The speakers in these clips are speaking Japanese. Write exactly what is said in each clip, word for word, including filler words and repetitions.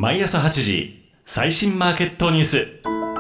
毎朝はちじ最新マーケットニュース。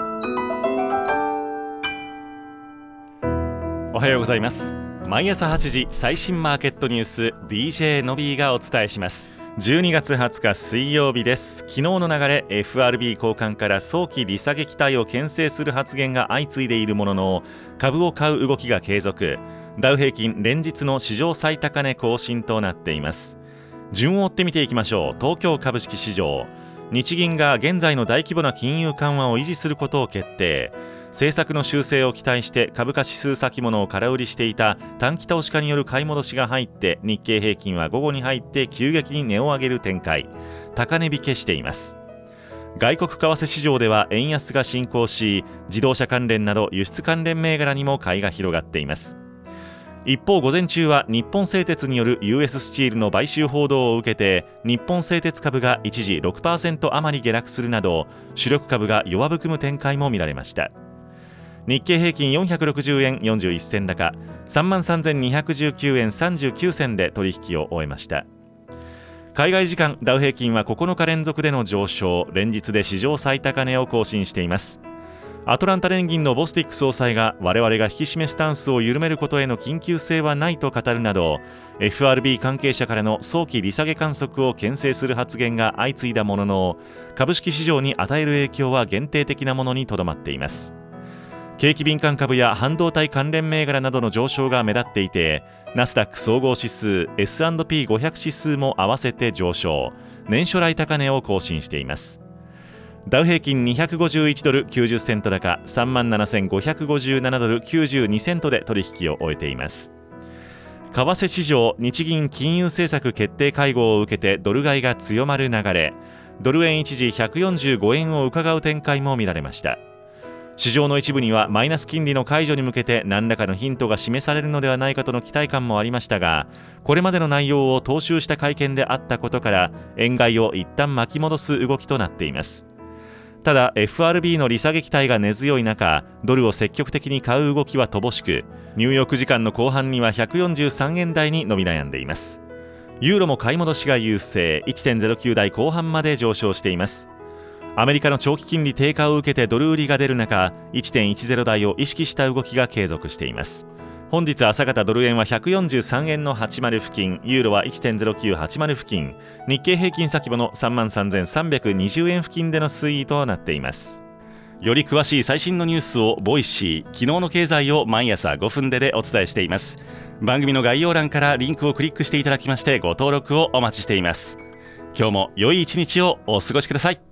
おはようございます。毎朝はちじ最新マーケットニュース ディージェー のびーがお伝えします。じゅうにがつはつか水曜日です。昨日の流れ エフアールビー 高官から早期利下げ期待を牽制する発言が相次いでいるものの、株を買う動きが継続。ダウ平均連日の史上最高値更新となっています。順を追って見ていきましょう。東京株式市場、日銀が現在の大規模な金融緩和を維持することを決定。政策の修正を期待して株価指数先物を空売りしていた短期投資家による買い戻しが入って、日経平均は午後に入って急激に値を上げる展開、高値引けしています。外国為替市場では円安が進行し、自動車関連など輸出関連銘柄にも買いが広がっています。一方、午前中は日本製鉄による ユーエス スチールの買収報道を受けて、日本製鉄株が一時 ろくパーセント 余り下落するなど、主力株が弱含む展開も見られました。日経平均よんひゃくろくじゅうえんよんじゅういっせん高、さんまんさんぜんにひゃくじゅうきゅうえんさんじゅうきゅうせんで取引を終えました。海外時間、ダウ平均はここのか連続での上昇、連日で史上最高値を更新しています。アトランタ連銀のボスティック総裁が、我々が引き締めスタンスを緩めることへの緊急性はないと語るなど、 エフアールビー 関係者からの早期利下げ観測を牽制する発言が相次いだものの、株式市場に与える影響は限定的なものにとどまっています。景気敏感株や半導体関連銘柄などの上昇が目立っていて、ナスダック総合指数 エスアンドピーごひゃく 指数も合わせて上昇、年初来高値を更新しています。ダウ平均にひゃくごじゅういちドルきゅうじゅっセント高、 さんまんななせんごひゃくごじゅうななドルきゅうじゅうにセントで取引を終えています。為替市場、日銀金融政策決定会合を受けてドル買いが強まる流れ、ドル円一時ひゃくよんじゅうごえんを伺う展開も見られました。市場の一部にはマイナス金利の解除に向けて何らかのヒントが示されるのではないかとの期待感もありましたが、これまでの内容を踏襲した会見であったことから、円買いを一旦巻き戻す動きとなっています。ただ エフアールビー の利下げ期待が根強い中、ドルを積極的に買う動きは乏しく、ニューヨーク時間の後半にはひゃくよんじゅうさんえん台に伸び悩んでいます。ユーロも買い戻しが優勢、 いってんゼロきゅう 台後半まで上昇しています。アメリカの長期金利低下を受けてドル売りが出る中、 いってんいちゼロ 台を意識した動きが継続しています。本日朝方ドル円はひゃくよんじゅうさんえんのはちじゅう付近、ユーロは いってんゼロきゅうはちじゅう 付近、日経平均先物 さんまんさんぜんさんびゃくにじゅうえん付近での推移となっています。より詳しい最新のニュースをボイシー、昨日の経済を毎朝ごふんででお伝えしています。番組の概要欄からリンクをクリックしていただきまして、ご登録をお待ちしています。今日も良い一日をお過ごしください。